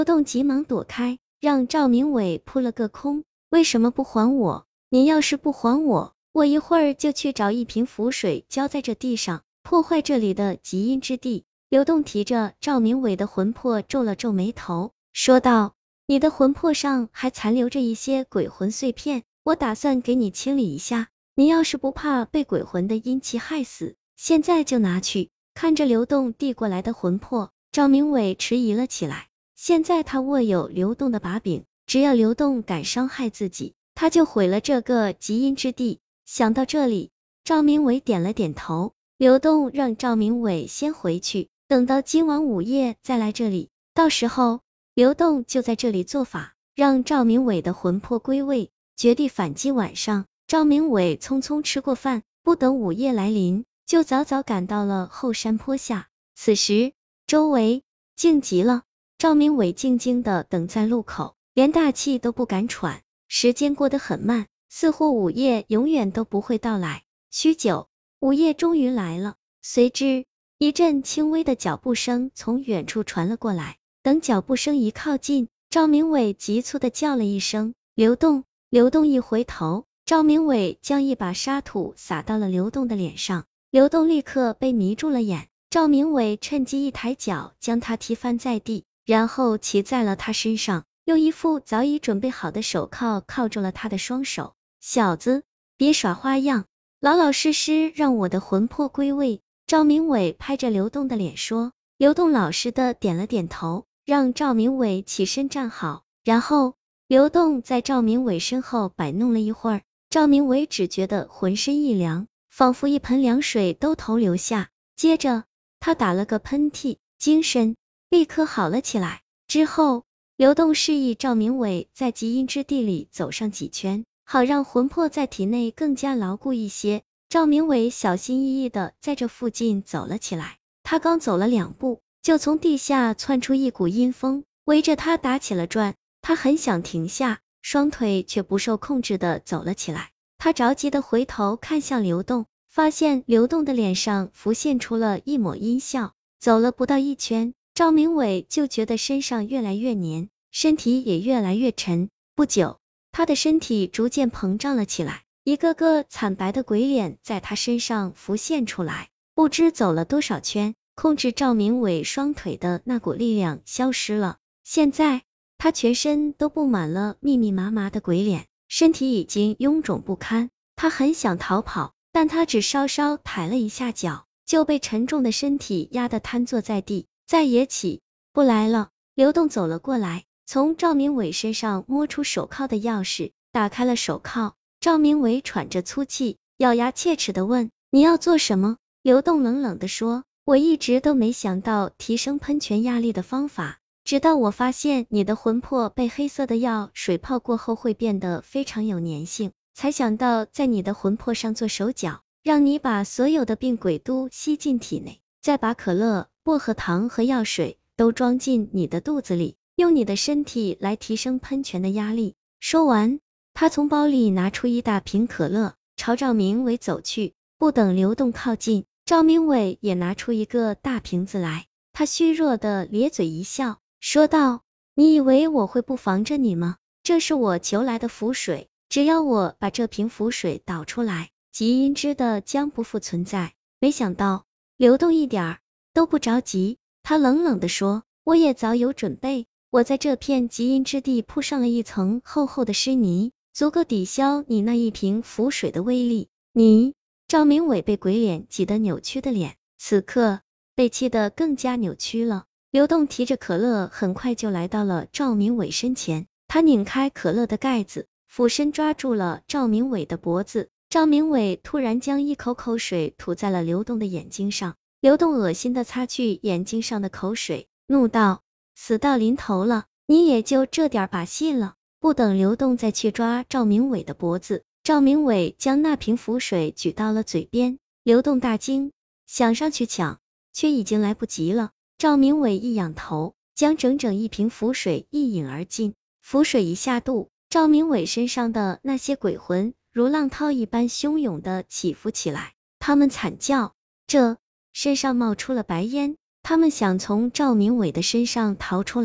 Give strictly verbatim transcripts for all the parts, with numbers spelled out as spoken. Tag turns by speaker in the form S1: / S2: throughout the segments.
S1: 刘栋急忙躲开，让赵明伟扑了个空。为什么不还我？你要是不还我，我一会儿就去找一瓶符水浇在这地上，破坏这里的极阴之地。刘栋提着赵明伟的魂魄皱了皱眉头，说道：你的魂魄上还残留着一些鬼魂碎片，我打算给你清理一下，你要是不怕被鬼魂的阴气害死，现在就拿去。看着刘栋递过来的魂魄，赵明伟迟疑了起来。现在他握有刘栋的把柄，只要刘栋敢伤害自己，他就毁了这个极阴之地。想到这里，赵明伟点了点头。刘栋让赵明伟先回去，等到今晚午夜再来这里，到时候刘栋就在这里做法，让赵明伟的魂魄归位，绝地反击。晚上，赵明伟匆匆吃过饭，不等午夜来临，就早早赶到了后山坡下。此时周围静极了，赵明伟静静的等在路口，连大气都不敢喘。时间过得很慢，似乎午夜永远都不会到来。许久，午夜终于来了，随之一阵轻微的脚步声从远处传了过来。等脚步声一靠近，赵明伟急促的叫了一声：刘栋！刘栋一回头，赵明伟将一把沙土撒到了刘栋的脸上，刘栋立刻被迷住了眼。赵明伟趁机一抬脚将他踢翻在地，然后骑在了他身上，用一副早已准备好的手铐铐住了他的双手。小子，别耍花样，老老实实让我的魂魄归位。赵明伟拍着刘栋的脸说。刘栋老实的点了点头，让赵明伟起身站好，然后刘栋在赵明伟身后摆弄了一会儿。赵明伟只觉得浑身一凉，仿佛一盆凉水兜头流下，接着他打了个喷嚏，精神立刻好了起来。之后刘栋示意赵明伟在极阴之地里走上几圈，好让魂魄在体内更加牢固一些。赵明伟小心翼翼的在这附近走了起来，他刚走了两步，就从地下窜出一股阴风，围着他打起了转。他很想停下，双腿却不受控制的走了起来。他着急的回头看向刘栋，发现刘栋的脸上浮现出了一抹阴笑。走了不到一圈，赵明伟就觉得身上越来越黏，身体也越来越沉。不久，他的身体逐渐膨胀了起来，一个个惨白的鬼脸在他身上浮现出来。不知走了多少圈，控制赵明伟双腿的那股力量消失了。现在他全身都布满了密密麻麻的鬼脸，身体已经臃肿不堪。他很想逃跑，但他只稍稍抬了一下脚，就被沉重的身体压得瘫坐在地，再也起不来了。刘栋走了过来，从赵明伟身上摸出手铐的钥匙，打开了手铐。赵明伟喘着粗气，咬牙切齿的问：你要做什么？刘栋冷冷的说：我一直都没想到提升喷泉压力的方法，直到我发现你的魂魄被黑色的药水泡过后会变得非常有粘性，才想到在你的魂魄上做手脚，让你把所有的病鬼都吸进体内，再把可乐、薄荷糖和药水都装进你的肚子里，用你的身体来提升喷泉的压力。说完，他从包里拿出一大瓶可乐，朝赵明伟走去。不等刘栋靠近，赵明伟也拿出一个大瓶子来，他虚弱的咧嘴一笑，说道：你以为我会不防着你吗？这是我求来的符水，只要我把这瓶符水倒出来，极阴之的将不复存在。没想到刘栋一点儿都不着急，他冷冷的说：我也早有准备，我在这片极阴之地铺上了一层厚厚的湿泥，足够抵消你那一瓶符水的威力。你赵明伟被鬼脸挤得扭曲的脸，此刻被气得更加扭曲了。刘栋提着可乐，很快就来到了赵明伟身前，他拧开可乐的盖子，俯身抓住了赵明伟的脖子。赵明伟突然将一口口水吐在了刘栋的眼睛上，刘栋恶心的擦去眼睛上的口水，怒道：死到临头了，你也就这点把戏了。不等刘栋再去抓赵明伟的脖子，赵明伟将那瓶符水举到了嘴边。刘栋大惊，想上去抢，却已经来不及了。赵明伟一仰头，将整整一瓶符水一饮而尽。符水一下肚，赵明伟身上的那些鬼魂如浪涛一般汹涌的起伏起来，他们惨叫着，身上冒出了白烟，他们想从赵明伟的身上逃出来，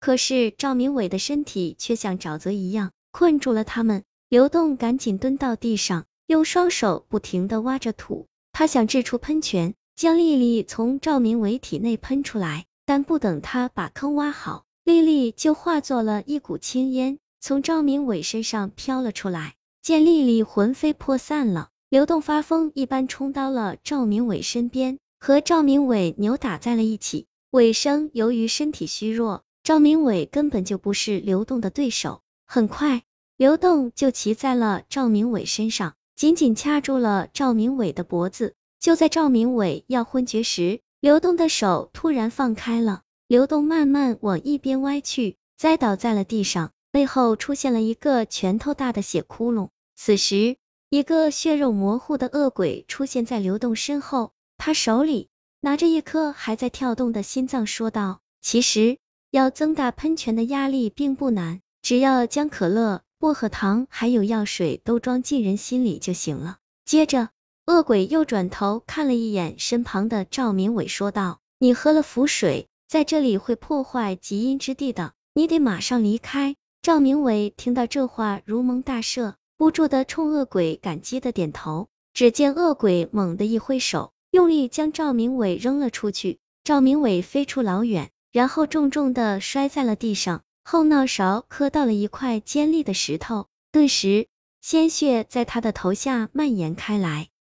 S1: 可是赵明伟的身体却像沼泽一样困住了他们。刘栋赶紧蹲到地上，用双手不停地挖着土，他想掷出喷泉，将丽丽从赵明伟体内喷出来，但不等他把坑挖好，丽丽就化作了一股青烟，从赵明伟身上飘了出来。见丽丽魂飞魄散了，刘栋发疯一般冲到了赵明伟身边，和赵明伟扭打在了一起。伟生由于身体虚弱，赵明伟根本就不是刘栋的对手。很快，刘栋就骑在了赵明伟身上，紧紧掐住了赵明伟的脖子。就在赵明伟要昏厥时，刘栋的手突然放开了，刘栋慢慢往一边歪去，栽倒在了地上，背后出现了一个拳头大的血窟窿。此时，一个血肉模糊的恶鬼出现在刘栋身后，他手里拿着一颗还在跳动的心脏，说道：其实要增大喷泉的压力并不难，只要将可乐、薄荷糖还有药水都装进人心里就行了。接着，恶鬼又转头看了一眼身旁的赵明伟，说道：你喝了符水，在这里会破坏极阴之地的，你得马上离开。赵明伟听到这话如蒙大赦，不住的冲恶鬼感激的点头。只见恶鬼猛地一挥手，用力将赵明伟扔了出去，赵明伟飞出老远，然后重重的摔在了地上，后脑勺磕到了一块尖利的石头，顿时鲜血在他的头下蔓延开来。